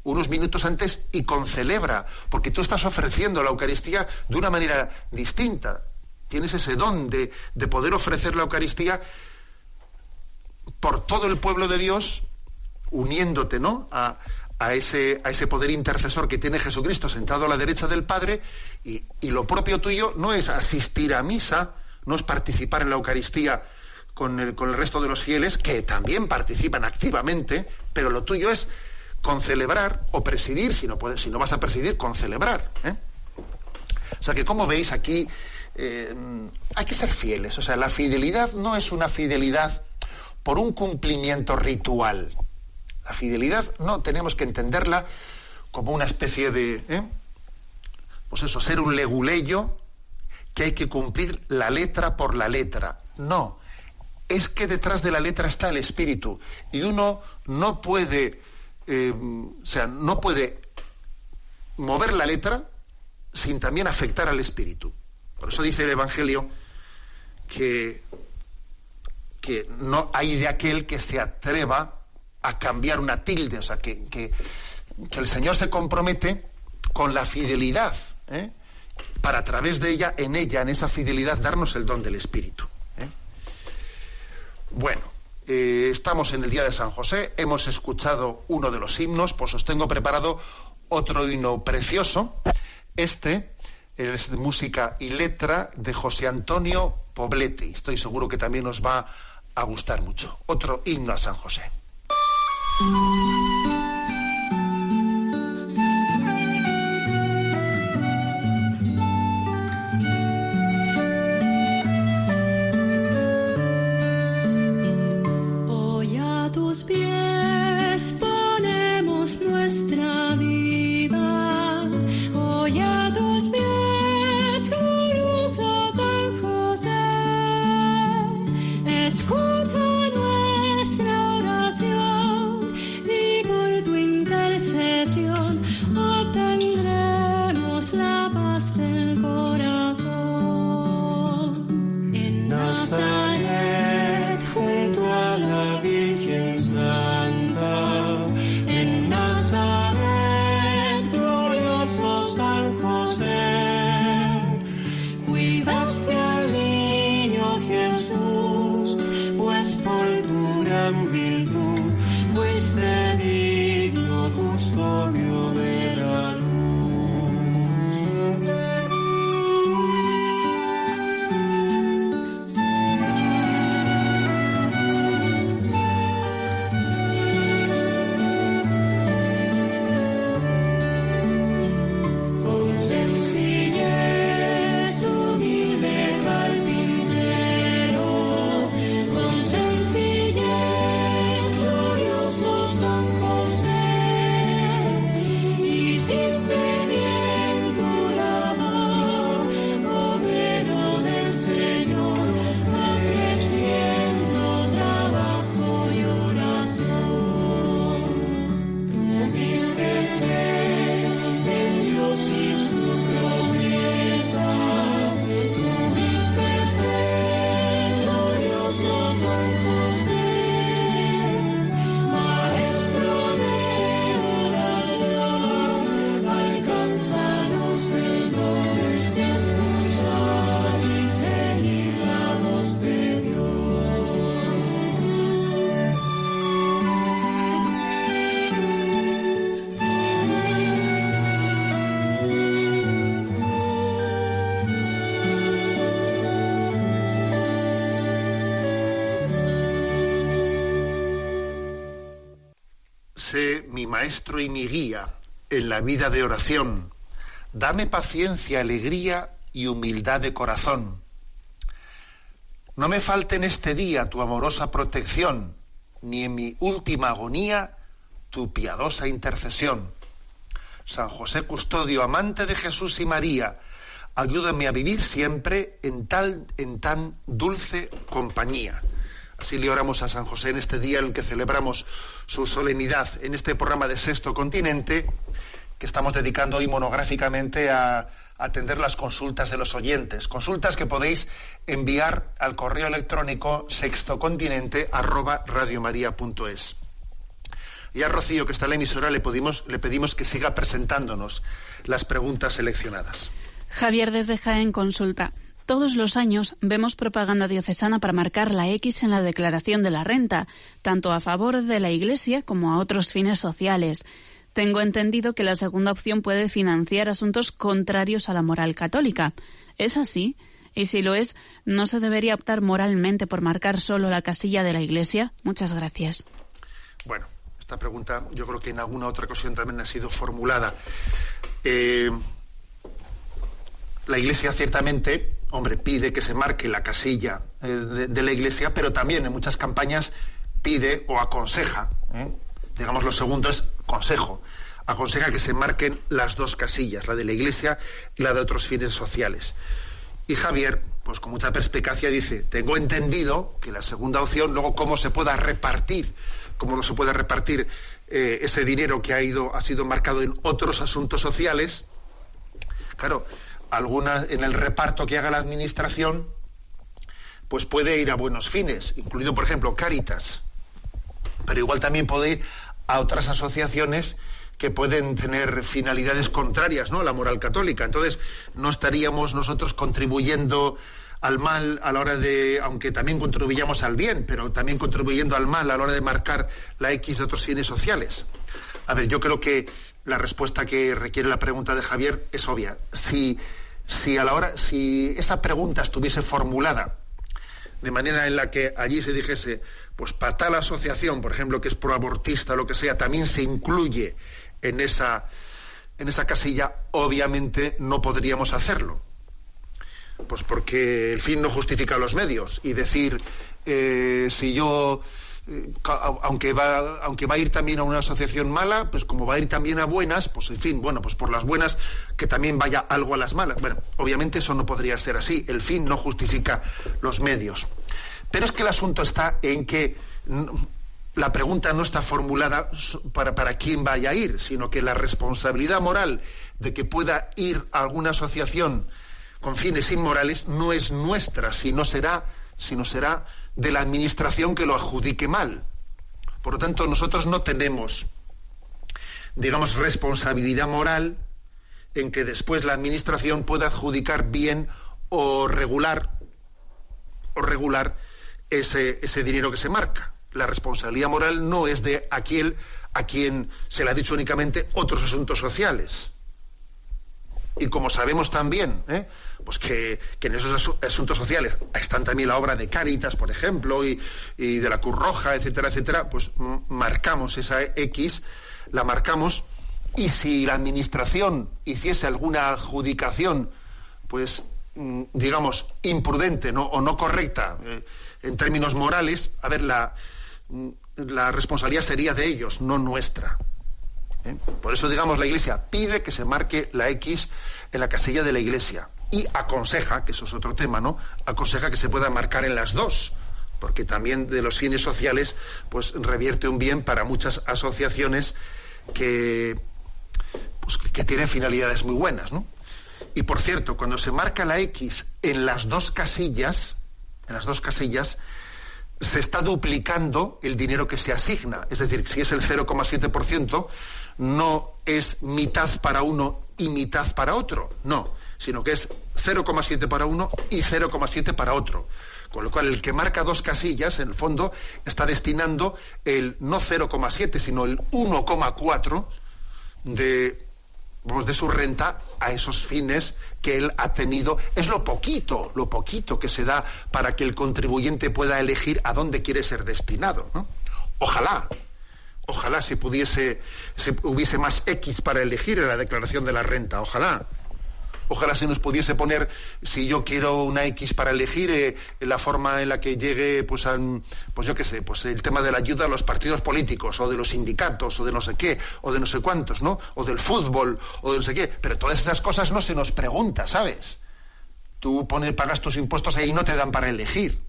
unos minutos antes y concelebra, porque tú estás ofreciendo la Eucaristía de una manera distinta. Tienes ese don de, de poder ofrecer la Eucaristía por todo el pueblo de Dios, uniéndote, ¿no?, a, a, ese, a ese poder intercesor que tiene Jesucristo sentado a la derecha del Padre, y, y lo propio tuyo no es asistir a misa, no es participar en la Eucaristía con el, con el resto de los fieles, que también participan activamente, pero lo tuyo es concelebrar o presidir, si no puedes, si no vas a presidir, concelebrar, ¿eh? O sea que, como veis aquí, eh, hay que ser fieles. O sea, la fidelidad no es una fidelidad por un cumplimiento ritual. La fidelidad no, tenemos que entenderla como una especie de, ¿eh? pues eso, ser un leguleyo que hay que cumplir la letra por la letra. No, es que detrás de la letra está el espíritu, y uno no puede, eh, o sea, no puede mover la letra sin también afectar al espíritu. Por eso dice el Evangelio que, que no hay de aquel que se atreva a cambiar una tilde, o sea, que, que, que el Señor se compromete con la fidelidad, ¿eh?, para a través de ella, en ella, en esa fidelidad, darnos el don del Espíritu, ¿eh? Bueno, eh, estamos en el día de San José, hemos escuchado uno de los himnos, pues os tengo preparado otro himno precioso. Este es de música y letra de José Antonio Poblete. Estoy seguro que también os va a gustar mucho. Otro himno a San José. Hoy a tus pies ponemos nuestra vida. Hoy a tus pies, glorioso San José, escucha nuestra oración y por tu intercesión obtendremos la paz del corazón. En Nazaret, junto a la Virgen Santa, en Nazaret, glorioso San José, cuidaste al niño Jesús, pues por tu gran virtud fuiste digno custodio de la luz. Con sencillez, humilde carpintero, con sencillez, glorioso San José, hiciste bien tu labor, obrero del Señor, ofreciendo trabajo y oración. Tuviste fe en Dios y su promesa, tuviste fe, glorioso San José, maestro de oración, alcánzanos el don de escuchar y seguir la voz de Dios. Sé mi maestro y mi guía en la vida de oración. Dame paciencia, alegría y humildad de corazón. No me falte en este día tu amorosa protección, ni en mi última agonía tu piadosa intercesión. San José Custodio, amante de Jesús y María, ayúdame a vivir siempre en tal, en tan dulce compañía. Así le oramos a San José en este día en el que celebramos su solemnidad, en este programa de Sexto Continente, que estamos dedicando hoy monográficamente a atender las consultas de los oyentes. Consultas que podéis enviar al correo electrónico sextocontinente arroba radiomaria punto es. Y a Rocío, que está en la emisora, le pedimos, le pedimos que siga presentándonos las preguntas seleccionadas. Javier desde Jaén consulta. Todos los años vemos propaganda diocesana para marcar la X en la declaración de la renta, tanto a favor de la Iglesia como a otros fines sociales. Tengo entendido que la segunda opción puede financiar asuntos contrarios a la moral católica. ¿Es así? Y si lo es, ¿no se debería optar moralmente por marcar solo la casilla de la Iglesia? Muchas gracias. Bueno, esta pregunta yo creo que en alguna otra ocasión también ha sido formulada. Eh, la Iglesia ciertamente, hombre, pide que se marque la casilla eh, de, de la Iglesia, pero también en muchas campañas pide o aconseja, ¿eh? digamos lo segundo es consejo, aconseja que se marquen las dos casillas, la de la Iglesia y la de otros fines sociales. Y Javier, pues con mucha perspicacia dice, tengo entendido que la segunda opción, luego cómo se pueda repartir, cómo se puede repartir eh, ese dinero que ha ido, ha sido marcado en otros asuntos sociales, claro, alguna en el reparto que haga la administración, pues puede ir a buenos fines, incluido por ejemplo Cáritas, pero igual también puede ir a otras asociaciones que pueden tener finalidades contrarias, ¿no?, a la moral católica. Entonces, no estaríamos nosotros contribuyendo al mal a la hora de, aunque también contribuyamos al bien, pero también contribuyendo al mal a la hora de marcar la X de otros fines sociales. A ver, yo creo que la respuesta que requiere la pregunta de Javier es obvia. Si, si a la hora, si esa pregunta estuviese formulada de manera en la que allí se dijese, pues para tal asociación, por ejemplo, que es proabortista o lo que sea, también se incluye en esa, en esa casilla, obviamente no podríamos hacerlo. Pues porque el fin no justifica los medios. Y decir, eh, si yo, eh, aunque va, aunque va a ir también a una asociación mala, pues como va a ir también a buenas, pues en fin, bueno, pues por las buenas que también vaya algo a las malas. Bueno, obviamente eso no podría ser así. El fin no justifica los medios. Pero es que el asunto está en que la pregunta no está formulada para, para quién vaya a ir, sino que la responsabilidad moral de que pueda ir a alguna asociación con fines inmorales no es nuestra, sino será, sino será de la administración que lo adjudique mal. Por lo tanto, nosotros no tenemos, digamos, responsabilidad moral en que después la administración pueda adjudicar bien o regular o regular ese, ese dinero que se marca. La responsabilidad moral no es de aquel a quien se le ha dicho únicamente otros asuntos sociales. Y como sabemos también, ¿eh? pues que, que en esos asuntos sociales están también la obra de Cáritas, por ejemplo, y, y de la Cruz Roja, etcétera, etcétera, pues marcamos esa X, la marcamos, y si la administración hiciese alguna adjudicación, pues digamos, imprudente, ¿no?, o no correcta, eh, en términos morales, a ver, la, la responsabilidad sería de ellos, no nuestra. ¿Eh? Por eso, digamos, la Iglesia pide que se marque la X en la casilla de la Iglesia y aconseja, que eso es otro tema, ¿no?, aconseja que se pueda marcar en las dos, porque también de los fines sociales pues revierte un bien para muchas asociaciones que, pues, que tienen finalidades muy buenas, ¿no? Y por cierto, cuando se marca la X en las dos casillas, en las dos casillas, se está duplicando el dinero que se asigna. Es decir, si es el cero coma siete por ciento, no es mitad para uno y mitad para otro, no, sino que es cero coma siete para uno y cero coma siete para otro. Con lo cual, el que marca dos casillas, en el fondo, está destinando el no cero coma siete, sino el uno coma cuatro de... de su renta a esos fines que él ha tenido. Es lo poquito, lo poquito que se da para que el contribuyente pueda elegir a dónde quiere ser destinado, ¿no? Ojalá, ojalá si pudiese, si hubiese más X para elegir en la declaración de la renta, ojalá. Ojalá se nos pudiese poner, si yo quiero una X para elegir, eh, la forma en la que llegue, pues, a, pues yo qué sé, pues el tema de la ayuda a los partidos políticos, o de los sindicatos, o de no sé qué, o de no sé cuántos, ¿no? O del fútbol, o de no sé qué. Pero todas esas cosas no se nos pregunta, ¿sabes? Tú pones, pagas tus impuestos ahí y no te dan para elegir.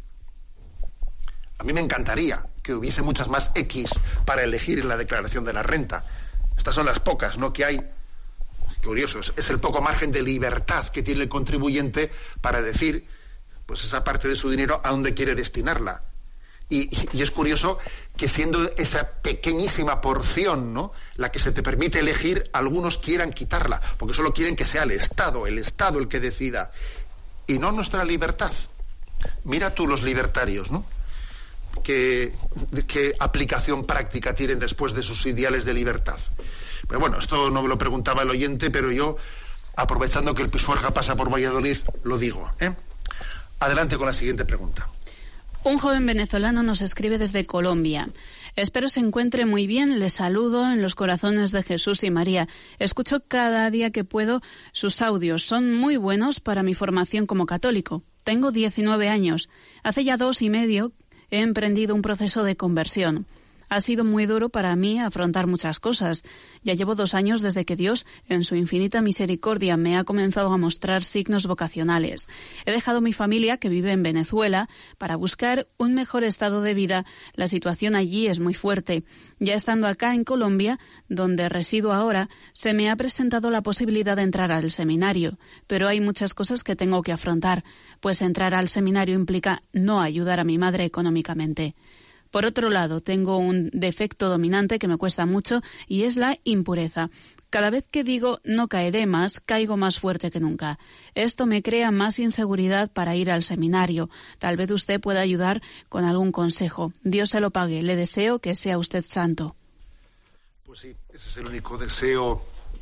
A mí me encantaría que hubiese muchas más X para elegir en la declaración de la renta. Estas son las pocas, ¿no?, que hay. Curioso, es el poco margen de libertad que tiene el contribuyente para decir, pues esa parte de su dinero a dónde quiere destinarla. Y, y es curioso que siendo esa pequeñísima porción, ¿no?, la que se te permite elegir, algunos quieran quitarla, porque solo quieren que sea el Estado, el Estado el que decida, y no nuestra libertad. Mira tú los libertarios, ¿no?, qué, qué aplicación práctica tienen después de sus ideales de libertad. Pero bueno, esto no me lo preguntaba el oyente, pero yo, aprovechando que el Pisuerga pasa por Valladolid, lo digo, ¿eh? Adelante con la siguiente pregunta. Un joven venezolano nos escribe desde Colombia. Espero se encuentre muy bien. Le saludo en los corazones de Jesús y María. Escucho cada día que puedo sus audios. Son muy buenos para mi formación como católico. Tengo diecinueve años. Hace ya dos y medio he emprendido un proceso de conversión. Ha sido muy duro para mí afrontar muchas cosas. Ya llevo dos años desde que Dios, en su infinita misericordia, me ha comenzado a mostrar signos vocacionales. He dejado mi familia, que vive en Venezuela, para buscar un mejor estado de vida. La situación allí es muy fuerte. Ya estando acá en Colombia, donde resido ahora, se me ha presentado la posibilidad de entrar al seminario. Pero hay muchas cosas que tengo que afrontar, pues entrar al seminario implica no ayudar a mi madre económicamente. Por otro lado, tengo un defecto dominante que me cuesta mucho y es la impureza. Cada vez que digo no caeré más, caigo más fuerte que nunca. Esto me crea más inseguridad para ir al seminario. Tal vez usted pueda ayudar con algún consejo. Dios se lo pague. Le deseo que sea usted santo. Pues sí, ese es el único deseo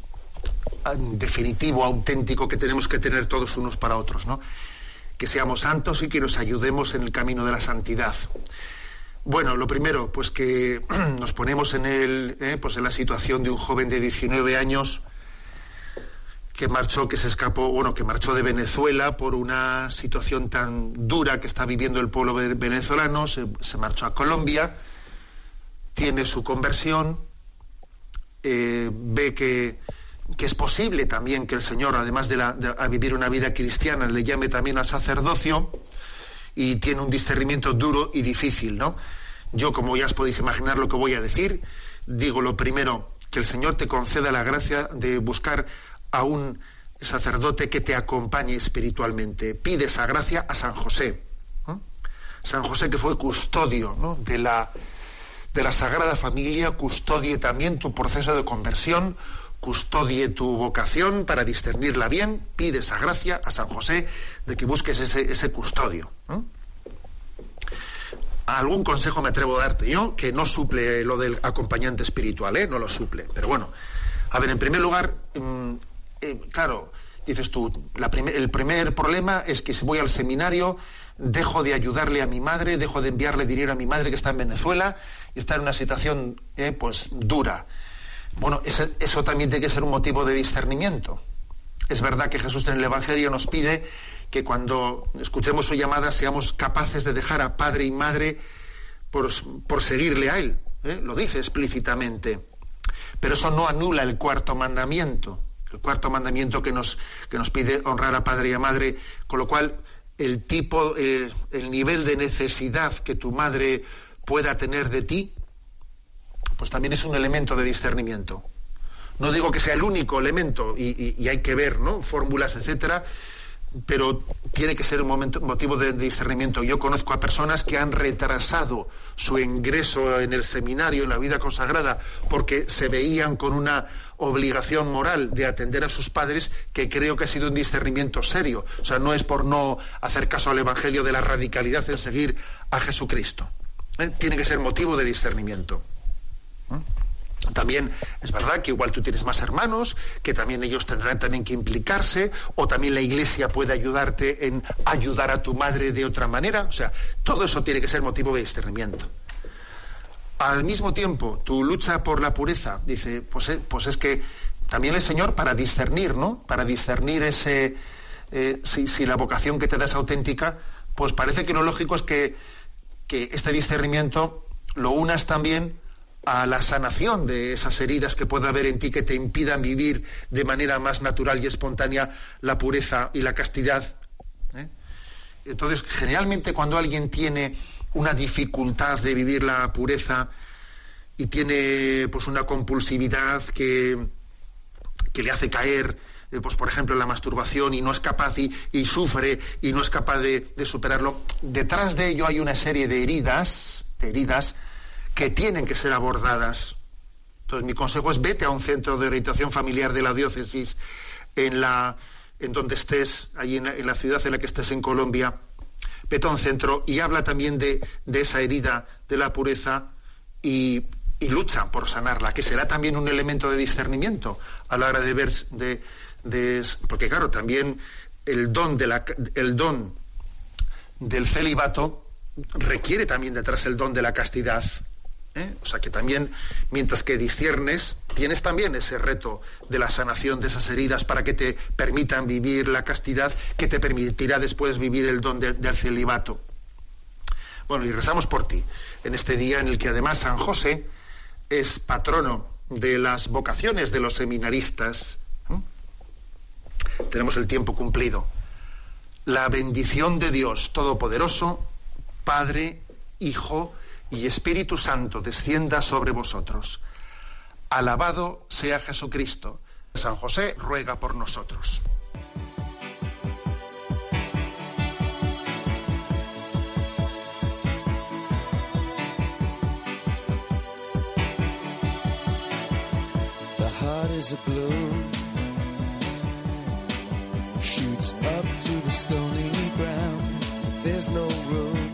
definitivo, auténtico que tenemos que tener todos unos para otros, ¿no? Que seamos santos y que nos ayudemos en el camino de la santidad. Bueno, lo primero, pues que nos ponemos en el, eh, pues en la situación de un joven de diecinueve años que marchó, que se escapó, bueno, que marchó de Venezuela por una situación tan dura que está viviendo el pueblo venezolano, se, se marchó a Colombia, tiene su conversión, eh, ve que, que es posible también que el Señor, además de, la, de a vivir una vida cristiana, le llame también al sacerdocio, y tiene un discernimiento duro y difícil, ¿no? Yo, como ya os podéis imaginar lo que voy a decir, digo lo primero, que el Señor te conceda la gracia de buscar a un sacerdote que te acompañe espiritualmente. Pide esa gracia a San José, ¿no? San José, que fue custodio, ¿no?, de la, de la Sagrada Familia, custodie también tu proceso de conversión, custodie tu vocación para discernirla bien. Pide esa gracia a San José de que busques ese, ese custodio, ¿no? Algún consejo me atrevo a darte yo, que no suple lo del acompañante espiritual, ¿eh? No lo suple. Pero bueno, a ver, en primer lugar, eh, claro, dices tú, la prim- el primer problema es que si voy al seminario, dejo de ayudarle a mi madre, dejo de enviarle dinero a mi madre que está en Venezuela y está en una situación, eh, pues, dura. Bueno, ese, eso también tiene que ser un motivo de discernimiento. Es verdad que Jesús en el Evangelio nos pide que cuando escuchemos su llamada seamos capaces de dejar a padre y madre por, por seguirle a Él, ¿eh? Lo dice explícitamente. Pero eso no anula el cuarto mandamiento, el cuarto mandamiento que nos, que nos pide honrar a padre y a madre, con lo cual el tipo, el, el nivel de necesidad que tu madre pueda tener de ti, pues también es un elemento de discernimiento. No digo que sea el único elemento, y, y, y hay que ver, ¿no?, fórmulas, etcétera, pero tiene que ser un momento, motivo de discernimiento. Yo conozco a personas que han retrasado su ingreso en el seminario, en la vida consagrada, porque se veían con una obligación moral de atender a sus padres, que creo que ha sido un discernimiento serio. O sea, no es por no hacer caso al Evangelio de la radicalidad en seguir a Jesucristo. ¿Eh? Tiene que ser motivo de discernimiento. ¿Eh? También es verdad que igual tú tienes más hermanos, que también ellos tendrán también que implicarse, o también la Iglesia puede ayudarte en ayudar a tu madre de otra manera. O sea, todo eso tiene que ser motivo de discernimiento. Al mismo tiempo, tu lucha por la pureza, dice, pues, eh, pues es que también el Señor, para discernir, ¿no? Para discernir ese, eh, si, si la vocación que te da es auténtica, pues parece que lo lógico es que, que este discernimiento lo unas también a la sanación de esas heridas que pueda haber en ti que te impidan vivir de manera más natural y espontánea la pureza y la castidad. ¿Eh? Entonces, generalmente cuando alguien tiene una dificultad de vivir la pureza y tiene pues una compulsividad que, que le hace caer, eh, pues por ejemplo en la masturbación, y no es capaz y, y sufre y no es capaz de, de superarlo, detrás de ello hay una serie de heridas de heridas que tienen que ser abordadas. Entonces mi consejo es vete a un centro de orientación familiar de la diócesis en la en donde estés, ahí en la, en la ciudad en la que estés en Colombia. Vete a un centro y habla también de, de esa herida de la pureza y, y lucha por sanarla, que será también un elemento de discernimiento a la hora de ver, de, de, porque claro, también el don, de la, el don del celibato requiere también detrás el don de la castidad. ¿Eh? O sea que también, mientras que disciernes, tienes también ese reto de la sanación de esas heridas para que te permitan vivir la castidad, que te permitirá después vivir el don de, del celibato. Bueno, y rezamos por ti, en este día en el que además San José es patrono de las vocaciones de los seminaristas. ¿Eh? Tenemos el tiempo cumplido. La bendición de Dios Todopoderoso, Padre, Hijo y Espíritu Santo descienda sobre vosotros. Alabado sea Jesucristo. San José ruega por nosotros. The heart is a bloom, shoots up through the stony ground. There's no room,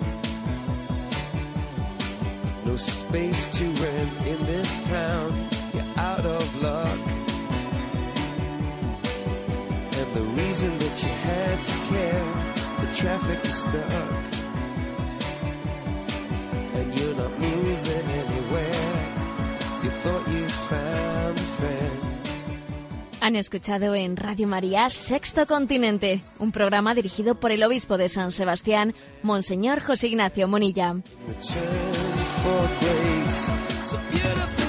no space to rent in this town. You're out of luck, and the reason that you had to care, the traffic is stuck, and you're not moving anywhere. You thought you found a friend. Han escuchado en Radio María Sexto Continente, un programa dirigido por el obispo de San Sebastián, Monseñor José Ignacio Munilla. Return for grace, so beautiful.